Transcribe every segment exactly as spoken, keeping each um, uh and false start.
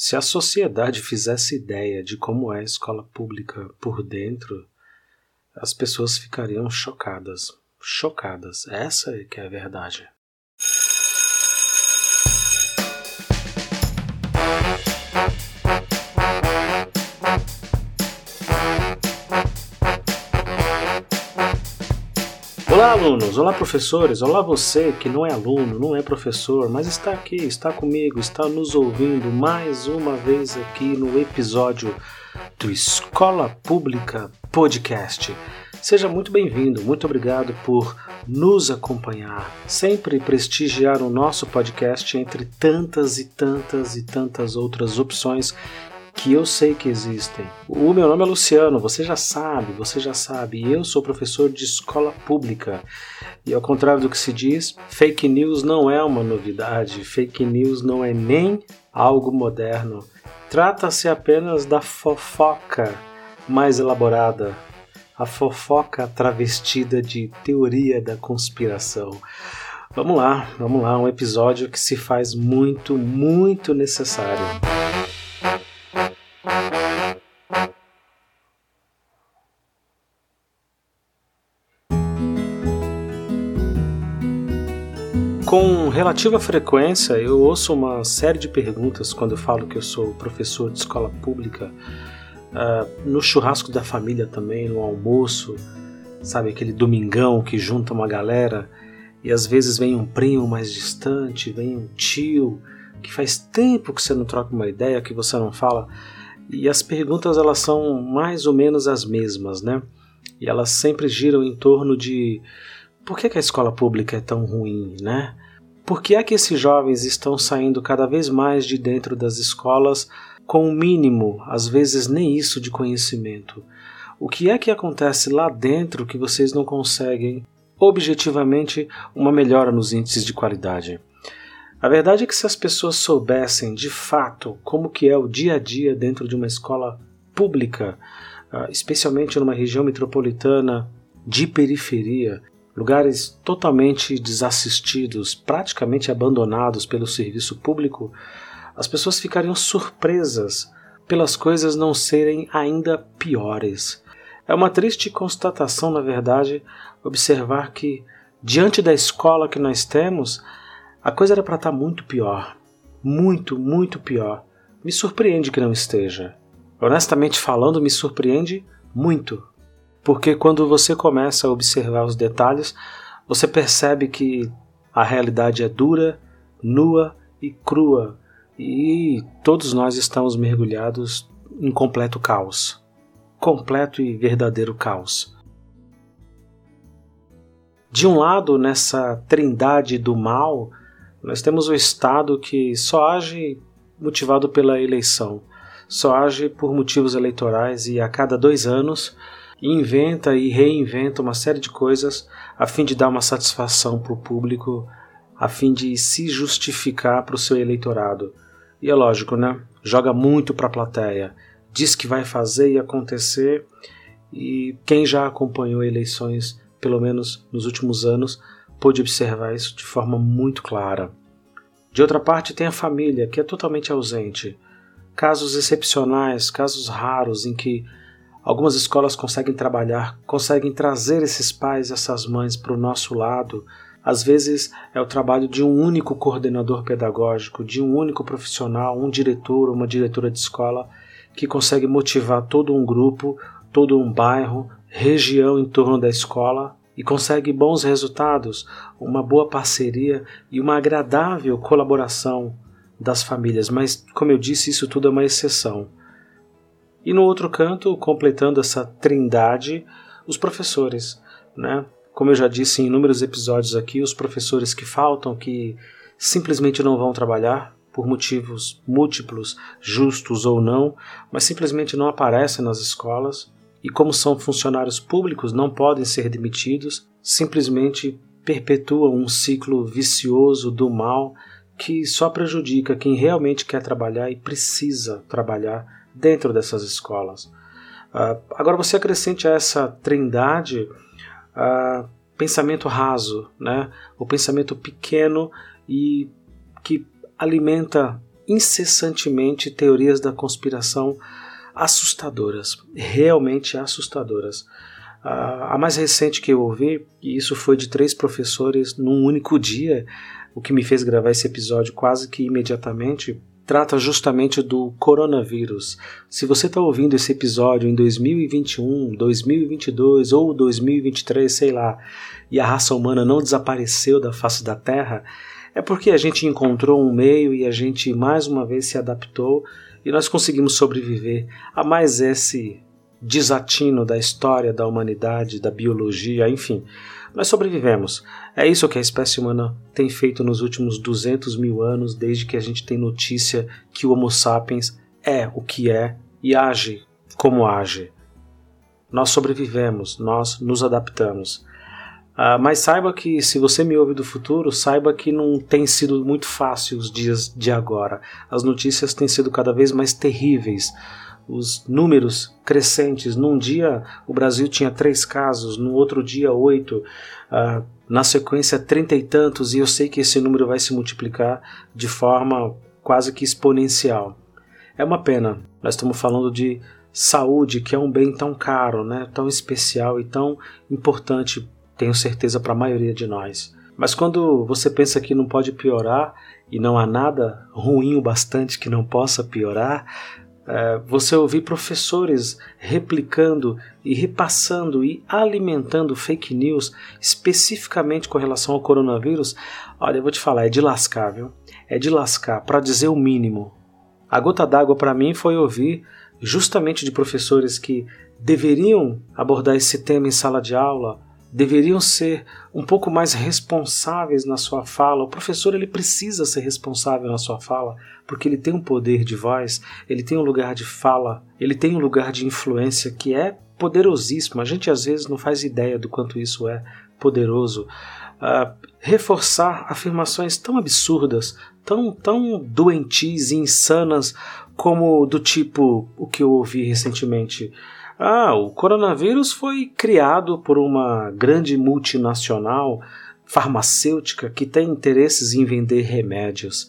Se a sociedade fizesse ideia de como é a escola pública por dentro, as pessoas ficariam chocadas. Chocadas. Essa é que é a verdade. Olá, alunos! Olá, professores! Olá, você que não é aluno, não é professor, mas está aqui, está comigo, está nos ouvindo mais uma vez aqui no episódio do Escola Pública Podcast. Seja muito bem-vindo, muito obrigado por nos acompanhar, sempre prestigiar o nosso podcast entre tantas e tantas e tantas outras opções que eu sei que existem. O meu nome é Luciano, você já sabe, você já sabe, e eu sou professor de escola pública. E ao contrário do que se diz, fake news não é uma novidade, fake news não é nem algo moderno. Trata-se apenas da fofoca mais elaborada, a fofoca travestida de teoria da conspiração. Vamos lá, vamos lá, um episódio que se faz muito, muito necessário. Com relativa frequência, eu ouço uma série de perguntas quando eu falo que eu sou professor de escola pública, uh, no churrasco da família também, no almoço, sabe, aquele domingão que junta uma galera e às vezes vem um primo mais distante, vem um tio que faz tempo que você não troca uma ideia, que você não fala, e as perguntas elas são mais ou menos as mesmas, né? E elas sempre giram em torno de por que que a escola pública é tão ruim, né? Por que é que esses jovens estão saindo cada vez mais de dentro das escolas com o mínimo, às vezes nem isso, de conhecimento? O que é que acontece lá dentro que vocês não conseguem, objetivamente, uma melhora nos índices de qualidade? A verdade é que se as pessoas soubessem, de fato, como que é o dia a dia dentro de uma escola pública, especialmente numa região metropolitana de periferia, lugares totalmente desassistidos, praticamente abandonados pelo serviço público, as pessoas ficariam surpresas pelas coisas não serem ainda piores. É uma triste constatação, na verdade, observar que, diante da escola que nós temos, a coisa era para estar muito pior. Muito, muito pior. Me surpreende que não esteja. Honestamente falando, me surpreende muito. Porque quando você começa a observar os detalhes, você percebe que a realidade é dura, nua e crua, e todos nós estamos mergulhados em completo caos. Completo e verdadeiro caos. De um lado, nessa trindade do mal, nós temos o Estado que só age motivado pela eleição, só age por motivos eleitorais e a cada dois anos inventa e reinventa uma série de coisas a fim de dar uma satisfação para o público, a fim de se justificar para o seu eleitorado. E é lógico, né? Joga muito para a plateia, diz que vai fazer e acontecer, e quem já acompanhou eleições, pelo menos nos últimos anos, pôde observar isso de forma muito clara. De outra parte, tem a família, que é totalmente ausente. Casos excepcionais, casos raros em que algumas escolas conseguem trabalhar, conseguem trazer esses pais, essas mães para o nosso lado. Às vezes é o trabalho de um único coordenador pedagógico, de um único profissional, um diretor, uma diretora de escola, que consegue motivar todo um grupo, todo um bairro, região em torno da escola e consegue bons resultados, uma boa parceria e uma agradável colaboração das famílias. Mas, como eu disse, isso tudo é uma exceção. E no outro canto, completando essa trindade, os professores, né? Como eu já disse em inúmeros episódios aqui, os professores que faltam, que simplesmente não vão trabalhar por motivos múltiplos, justos ou não, mas simplesmente não aparecem nas escolas e, como são funcionários públicos, não podem ser demitidos, simplesmente perpetuam um ciclo vicioso do mal que só prejudica quem realmente quer trabalhar e precisa trabalhar dentro dessas escolas. Uh, agora você acrescente a essa trindade uh, pensamento raso, né? O pensamento pequeno e que alimenta incessantemente teorias da conspiração assustadoras, realmente assustadoras. A mais recente que eu ouvi, e isso foi de três professores num único dia, o que me fez gravar esse episódio quase que imediatamente, trata justamente do coronavírus. Se você está ouvindo esse episódio em dois mil e vinte e um, dois mil e vinte e dois ou dois mil e vinte e três, sei lá, e a raça humana não desapareceu da face da Terra, é porque a gente encontrou um meio e a gente mais uma vez se adaptou e nós conseguimos sobreviver a mais esse desatino da história, da humanidade, da biologia, enfim. Nós sobrevivemos. É isso que a espécie humana tem feito nos últimos duzentos mil anos, desde que a gente tem notícia que o Homo sapiens é o que é e age como age. Nós sobrevivemos, nós nos adaptamos. Uh, mas saiba que, se você me ouve do futuro, saiba que não tem sido muito fácil os dias de agora. As notícias têm sido cada vez mais terríveis. Os números crescentes. Num dia o Brasil tinha três casos, no outro dia oito, uh, na sequência trinta e tantos, e eu sei que esse número vai se multiplicar de forma quase que exponencial. É uma pena. Nós estamos falando de saúde, que é um bem tão caro, né, tão especial e tão importante, tenho certeza, para a maioria de nós. Mas quando você pensa que não pode piorar, e não há nada ruim o bastante que não possa piorar, é, você ouvir professores replicando e repassando e alimentando fake news, especificamente com relação ao coronavírus, olha, eu vou te falar, é de lascar, viu? É de lascar, para dizer o mínimo. A gota d'água para mim foi ouvir justamente de professores que deveriam abordar esse tema em sala de aula, deveriam ser um pouco mais responsáveis na sua fala. O professor ele precisa ser responsável na sua fala, porque ele tem um poder de voz, ele tem um lugar de fala, ele tem um lugar de influência que é poderosíssimo. A gente às vezes não faz ideia do quanto isso é poderoso. Uh, reforçar afirmações tão absurdas, tão, tão doentias e insanas, como do tipo o que eu ouvi recentemente. Ah, o coronavírus foi criado por uma grande multinacional farmacêutica que tem interesses em vender remédios.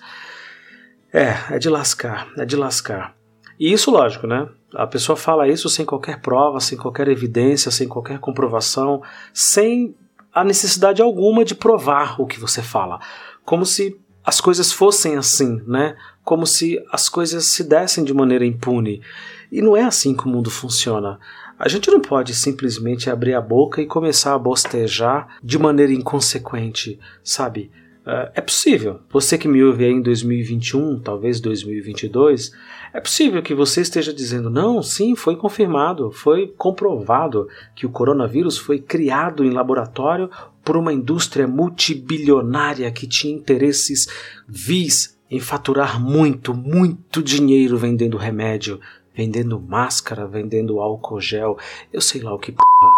É, é de lascar, é de lascar. E isso, lógico, né? A pessoa fala isso sem qualquer prova, sem qualquer evidência, sem qualquer comprovação, sem a necessidade alguma de provar o que você fala. Como se as coisas fossem assim, né? Como se as coisas se dessem de maneira impune. E não é assim que o mundo funciona. A gente não pode simplesmente abrir a boca e começar a bostejar de maneira inconsequente, sabe? É possível, você que me ouve aí em dois mil e vinte e um, talvez dois mil e vinte e dois, é possível que você esteja dizendo, não, sim, foi confirmado, foi comprovado que o coronavírus foi criado em laboratório por uma indústria multibilionária que tinha interesses vis em faturar muito, muito dinheiro vendendo remédio, vendendo máscara, vendendo álcool gel, eu sei lá o que p***.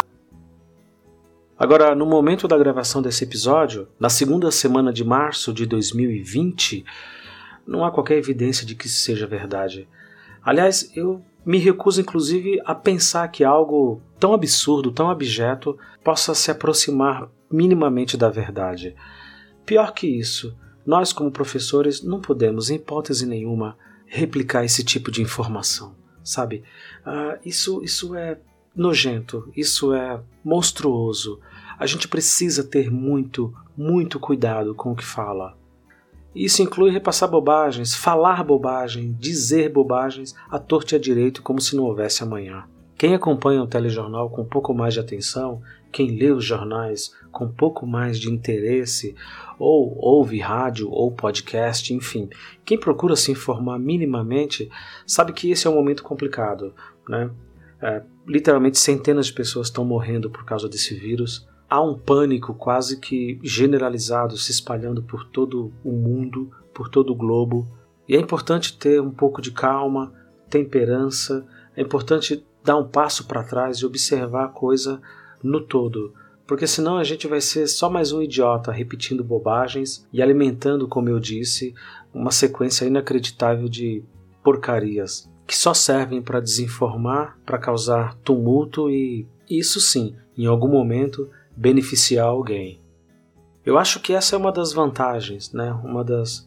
Agora, no momento da gravação desse episódio, na segunda semana de março de dois mil e vinte, não há qualquer evidência de que isso seja verdade. Aliás, eu me recuso inclusive a pensar que algo tão absurdo, tão abjeto, possa se aproximar minimamente da verdade. Pior que isso, nós como professores não podemos, em hipótese nenhuma, replicar esse tipo de informação, sabe? Uh, isso, isso é nojento, isso é monstruoso. A gente precisa ter muito, muito cuidado com o que fala. Isso inclui repassar bobagens, falar bobagem, dizer bobagens à torta e à direito como se não houvesse amanhã. Quem acompanha o telejornal com um pouco mais de atenção, quem lê os jornais com um pouco mais de interesse, ou ouve rádio ou podcast, enfim, quem procura se informar minimamente, sabe que esse é um momento complicado, né? É, literalmente centenas de pessoas estão morrendo por causa desse vírus. Há um pânico quase que generalizado se espalhando por todo o mundo, por todo o globo. E é importante ter um pouco de calma, temperança, é importante dar um passo para trás e observar a coisa no todo. Porque senão a gente vai ser só mais um idiota repetindo bobagens e alimentando, como eu disse, uma sequência inacreditável de porcarias que só servem para desinformar, para causar tumulto e, isso sim, em algum momento, beneficiar alguém. Eu acho que essa é uma das vantagens, né? Uma das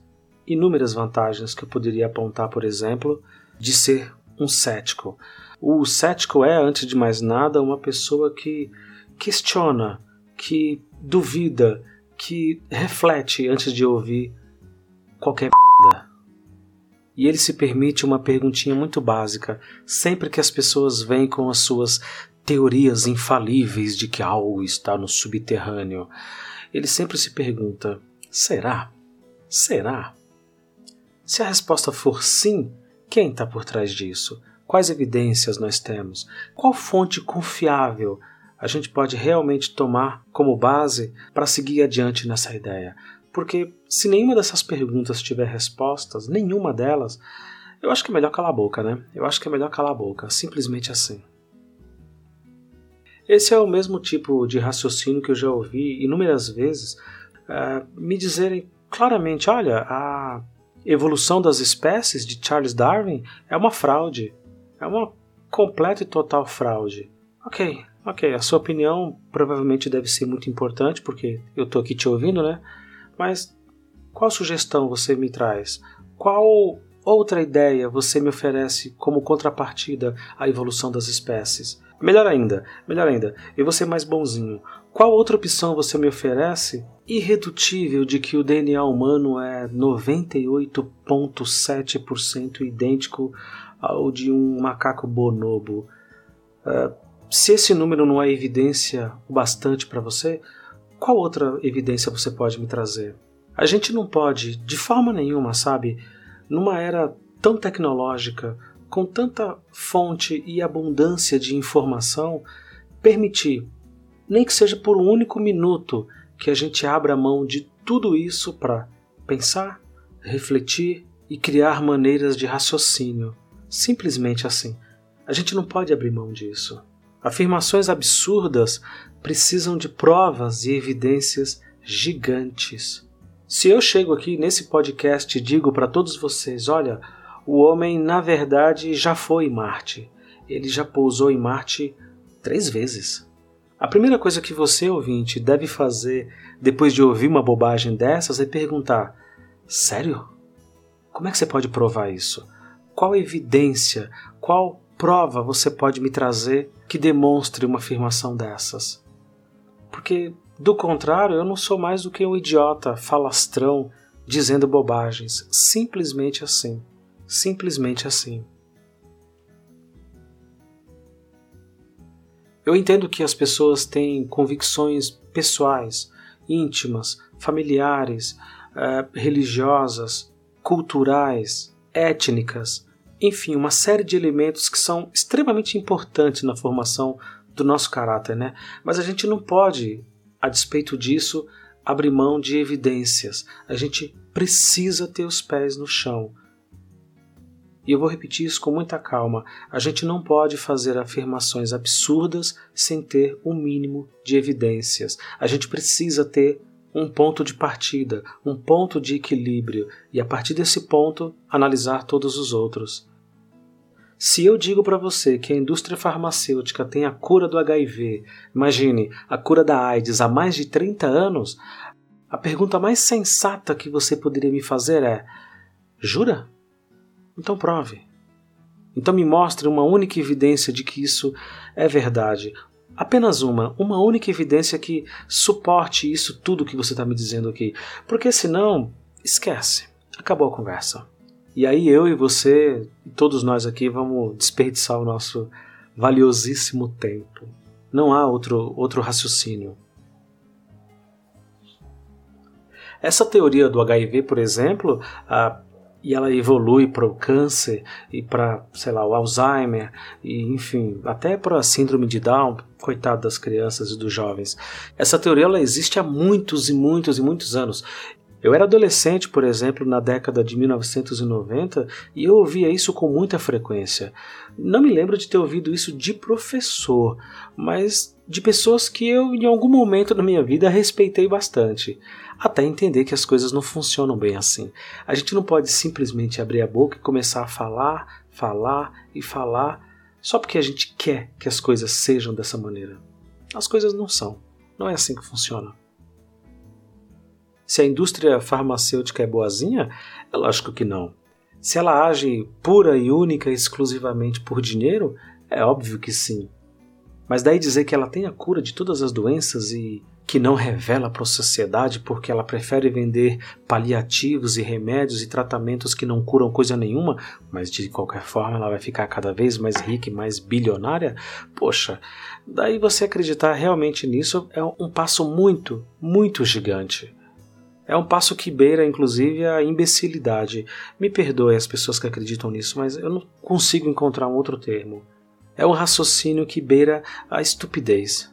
inúmeras vantagens que eu poderia apontar, por exemplo, de ser um cético. O cético é, antes de mais nada, uma pessoa que questiona, que duvida, que reflete antes de ouvir qualquer p***. E ele se permite uma perguntinha muito básica, sempre que as pessoas vêm com as suas teorias infalíveis de que algo está no subterrâneo. Ele sempre se pergunta, será? Será? Se a resposta for sim, quem está por trás disso? Quais evidências nós temos? Qual fonte confiável a gente pode realmente tomar como base para seguir adiante nessa ideia? Porque se nenhuma dessas perguntas tiver respostas, nenhuma delas, eu acho que é melhor calar a boca, né? Eu acho que é melhor calar a boca, simplesmente assim. Esse é o mesmo tipo de raciocínio que eu já ouvi inúmeras vezes uh, me dizerem claramente, olha, a evolução das espécies de Charles Darwin é uma fraude, é uma completa e total fraude. Ok, ok, a sua opinião provavelmente deve ser muito importante, porque eu estou aqui te ouvindo, né? Mas qual sugestão você me traz? Qual outra ideia você me oferece como contrapartida à evolução das espécies? Melhor ainda, melhor ainda, eu vou ser mais bonzinho. Qual outra opção você me oferece irredutível de que o D N A humano é noventa e oito vírgula sete por cento idêntico ao de um macaco bonobo? Uh, se esse número não é evidência o bastante para você, qual outra evidência você pode me trazer? A gente não pode, de forma nenhuma, sabe, numa era tão tecnológica, com tanta fonte e abundância de informação, permitir, nem que seja por um único minuto, que a gente abra mão de tudo isso para pensar, refletir e criar maneiras de raciocínio. Simplesmente assim. A gente não pode abrir mão disso. Afirmações absurdas precisam de provas e evidências gigantes. Se eu chego aqui nesse podcast e digo para todos vocês, olha, o homem na verdade já foi em Marte. Ele já pousou em Marte três vezes. A primeira coisa que você, ouvinte, deve fazer depois de ouvir uma bobagem dessas é perguntar, sério? Como é que você pode provar isso? Qual evidência, qual prova você pode me trazer que demonstre uma afirmação dessas? Porque, do contrário, eu não sou mais do que um idiota falastrão dizendo bobagens. Simplesmente assim. Simplesmente assim. Eu entendo que as pessoas têm convicções pessoais, íntimas, familiares, uh, religiosas, culturais, étnicas, enfim, uma série de elementos que são extremamente importantes na formação do nosso caráter, né? Mas a gente não pode, a despeito disso, abrir mão de evidências. A gente precisa ter os pés no chão. E eu vou repetir isso com muita calma. A gente não pode fazer afirmações absurdas sem ter um mínimo de evidências. A gente precisa ter um ponto de partida, um ponto de equilíbrio, e a partir desse ponto, analisar todos os outros. Se eu digo para você que a indústria farmacêutica tem a cura do H I V, imagine, a cura da AIDS há mais de trinta anos, a pergunta mais sensata que você poderia me fazer é: jura? Então prove. Então me mostre uma única evidência de que isso é verdade. Apenas uma, uma única evidência que suporte isso tudo que você está me dizendo aqui. Porque senão, esquece, acabou a conversa. E aí eu e você, e todos nós aqui, vamos desperdiçar o nosso valiosíssimo tempo. Não há outro, outro raciocínio. Essa teoria do H I V, por exemplo, a e ela evolui para o câncer e para, sei lá, o Alzheimer e, enfim, até para a síndrome de Down, coitado das crianças e dos jovens. Essa teoria ela existe há muitos e muitos e muitos anos. Eu era adolescente, por exemplo, na década de mil novecentos e noventa e eu ouvia isso com muita frequência. Não me lembro de ter ouvido isso de professor, mas de pessoas que eu, em algum momento da minha vida, respeitei bastante. Até entender que as coisas não funcionam bem assim. A gente não pode simplesmente abrir a boca e começar a falar, falar e falar só porque a gente quer que as coisas sejam dessa maneira. As coisas não são. Não é assim que funciona. Se a indústria farmacêutica é boazinha, É lógico que não. Se ela age pura e única exclusivamente por dinheiro, é óbvio que sim. Mas daí dizer que ela tem a cura de todas as doenças e que não revela para a sociedade porque ela prefere vender paliativos e remédios e tratamentos que não curam coisa nenhuma, mas de qualquer forma ela vai ficar cada vez mais rica e mais bilionária? Poxa, daí você acreditar realmente nisso é um passo muito, muito gigante. É um passo que beira, inclusive, a imbecilidade. Me perdoe as pessoas que acreditam nisso, mas eu não consigo encontrar um outro termo. É um raciocínio que beira a estupidez.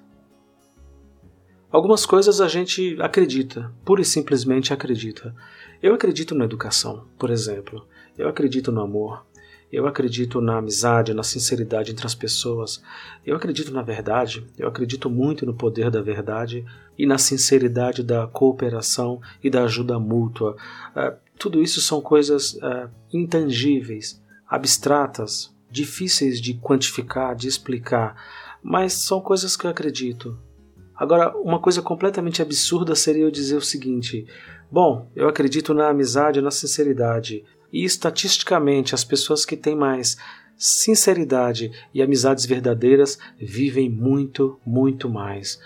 Algumas coisas a gente acredita, pura e simplesmente acredita. Eu acredito na educação, por exemplo. Eu acredito no amor. Eu acredito na amizade, na sinceridade entre as pessoas. Eu acredito na verdade. Eu acredito muito no poder da verdade e na sinceridade da cooperação e da ajuda mútua. Uh, tudo isso são coisas uh, intangíveis, abstratas, difíceis de quantificar, de explicar, mas são coisas que eu acredito. Agora, uma coisa completamente absurda seria eu dizer o seguinte: bom, eu acredito na amizade e na sinceridade, e estatisticamente as pessoas que têm mais sinceridade e amizades verdadeiras vivem muito, muito mais.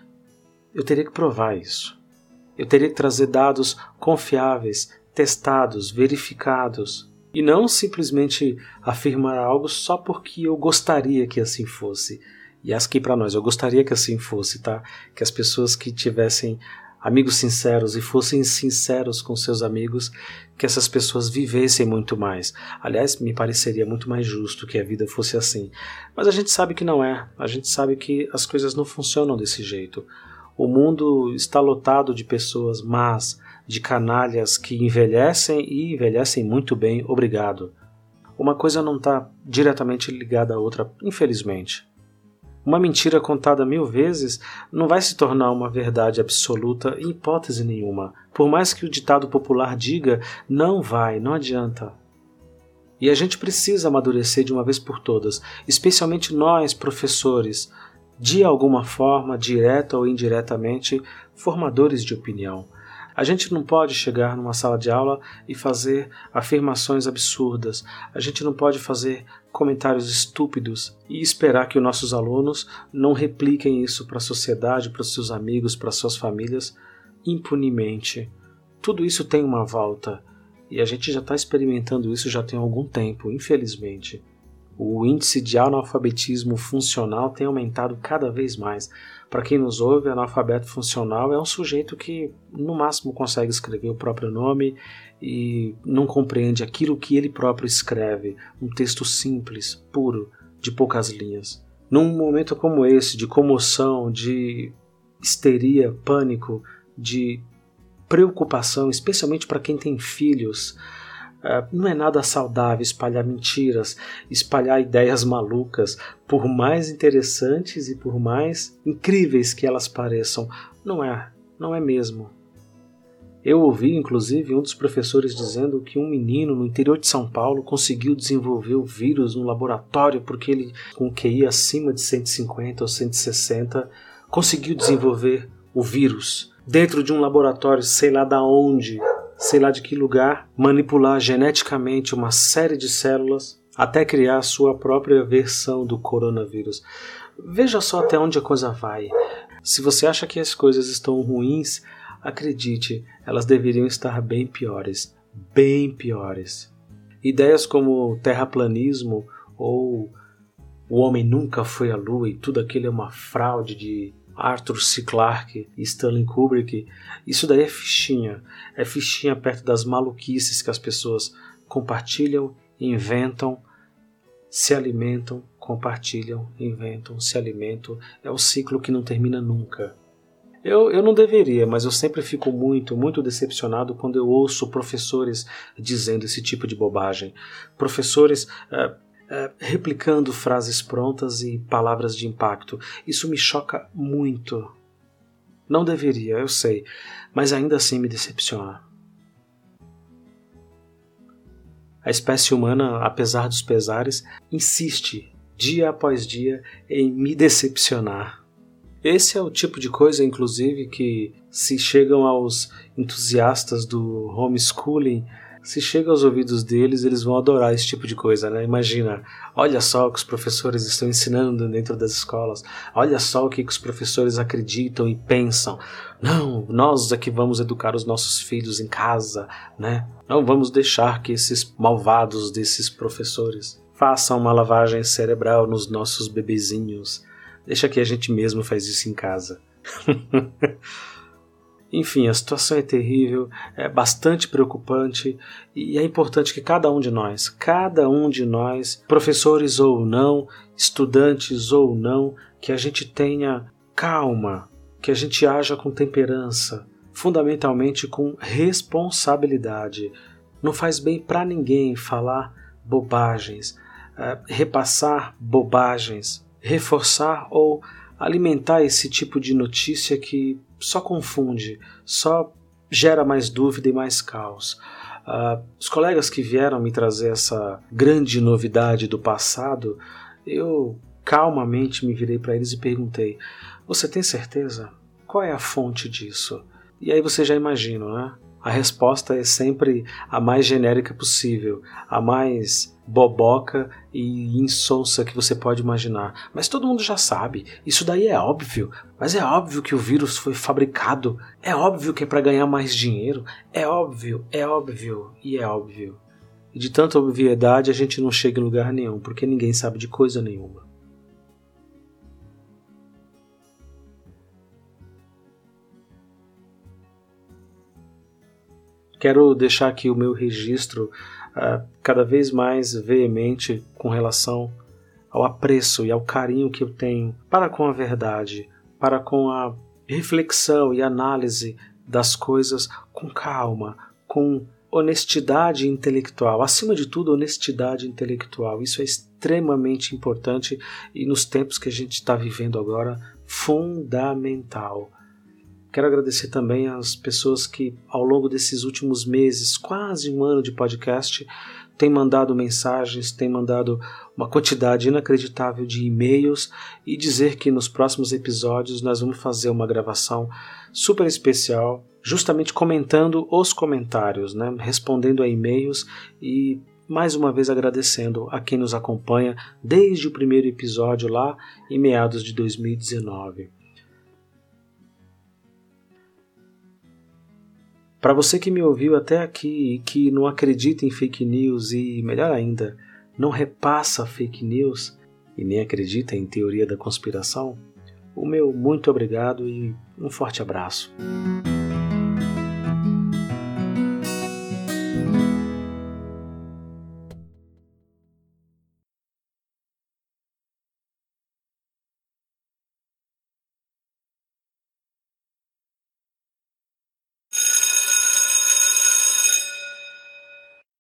Eu teria que provar isso. Eu teria que trazer dados confiáveis, testados, verificados, e não simplesmente afirmar algo só porque eu gostaria que assim fosse. E aqui para nós, eu gostaria que assim fosse, tá? Que as pessoas que tivessem amigos sinceros e fossem sinceros com seus amigos, que essas pessoas vivessem muito mais. Aliás, me pareceria muito mais justo que a vida fosse assim. Mas a gente sabe que não é. A gente sabe que as coisas não funcionam desse jeito. O mundo está lotado de pessoas más, de canalhas que envelhecem e envelhecem muito bem, obrigado. Uma coisa não está diretamente ligada à outra, infelizmente. Uma mentira contada mil vezes não vai se tornar uma verdade absoluta em hipótese nenhuma. Por mais que o ditado popular diga, não vai, não adianta. E a gente precisa amadurecer de uma vez por todas, especialmente nós, professores, de alguma forma, direta ou indiretamente, formadores de opinião. A gente não pode chegar numa sala de aula e fazer afirmações absurdas. A gente não pode fazer comentários estúpidos e esperar que os nossos alunos não repliquem isso para a sociedade, para os seus amigos, para as suas famílias, impunemente. Tudo isso tem uma volta e a gente já está experimentando isso já tem algum tempo, infelizmente. O índice de analfabetismo funcional tem aumentado cada vez mais. Para quem nos ouve, analfabeto funcional é um sujeito que no máximo consegue escrever o próprio nome e não compreende aquilo que ele próprio escreve, um texto simples, puro, de poucas linhas. Num momento como esse, de comoção, de histeria, pânico, de preocupação, especialmente para quem tem filhos, Uh, não é nada saudável espalhar mentiras, espalhar ideias malucas, por mais interessantes e por mais incríveis que elas pareçam. Não é, não é mesmo. Eu ouvi, inclusive, um dos professores dizendo que um menino no interior de São Paulo conseguiu desenvolver o vírus no laboratório porque ele, com Q I acima de cento e cinquenta ou cento e sessenta, conseguiu desenvolver o vírus dentro de um laboratório, sei lá da onde, sei lá de que lugar, manipular geneticamente uma série de células até criar a sua própria versão do coronavírus. Veja só até onde a coisa vai. Se você acha que as coisas estão ruins, acredite, elas deveriam estar bem piores, bem piores. Ideias como terraplanismo ou o homem nunca foi à lua e tudo aquilo é uma fraude de Arthur C. Clarke e Stanley Kubrick, isso daí é fichinha, é fichinha perto das maluquices que as pessoas compartilham, inventam, se alimentam, compartilham, inventam, se alimentam, é um ciclo que não termina nunca. Eu, eu não deveria, mas eu sempre fico muito, muito decepcionado quando eu ouço professores dizendo esse tipo de bobagem. Professores uh, uh, replicando frases prontas e palavras de impacto. Isso me choca muito. Não deveria, eu sei, mas ainda assim me decepciona. A espécie humana, apesar dos pesares, insiste, dia após dia, em me decepcionar. Esse é o tipo de coisa, inclusive, que se chegam aos entusiastas do homeschooling, Se chega aos ouvidos deles, eles vão adorar esse tipo de coisa, né? Imagina, olha só o que os professores estão ensinando dentro das escolas, olha só o que os professores acreditam e pensam. Não, nós é que vamos educar os nossos filhos em casa, né? Não vamos deixar que esses malvados desses professores façam uma lavagem cerebral nos nossos bebezinhos. Deixa que a gente mesmo faz isso em casa. Enfim, a situação é terrível, é bastante preocupante e é importante que cada um de nós, cada um de nós, professores ou não, estudantes ou não, que a gente tenha calma, que a gente haja com temperança, fundamentalmente com responsabilidade. Não faz bem para ninguém falar bobagens, é, repassar bobagens, reforçar ou alimentar esse tipo de notícia que só confunde, só gera mais dúvida e mais caos. Uh, os colegas que vieram me trazer essa grande novidade do passado, eu calmamente me virei para eles e perguntei: você tem certeza? Qual é a fonte disso? E aí você já imagina, né? A resposta é sempre a mais genérica possível, a mais boboca e insonsa que você pode imaginar. Mas todo mundo já sabe, isso daí é óbvio. Mas é óbvio que o vírus foi fabricado, é óbvio que é para ganhar mais dinheiro, é óbvio, é óbvio e é óbvio. E de tanta obviedade a gente não chega em lugar nenhum, porque ninguém sabe de coisa nenhuma. Quero deixar aqui o meu registro uh, cada vez mais veemente com relação ao apreço e ao carinho que eu tenho para com a verdade, para com a reflexão e análise das coisas com calma, com honestidade intelectual. Acima de tudo, honestidade intelectual. Isso é extremamente importante e nos tempos que a gente está vivendo agora, fundamental. Quero agradecer também às pessoas que, ao longo desses últimos meses, quase um ano de podcast, têm mandado mensagens, têm mandado uma quantidade inacreditável de e-mails e dizer que nos próximos episódios nós vamos fazer uma gravação super especial, justamente comentando os comentários, né? Respondendo a e-mails e, mais uma vez, agradecendo a quem nos acompanha desde o primeiro episódio lá em meados de dois mil e dezenove. Para você que me ouviu até aqui e que não acredita em fake news e, melhor ainda, não repassa fake news e nem acredita em teoria da conspiração, o meu muito obrigado e um forte abraço.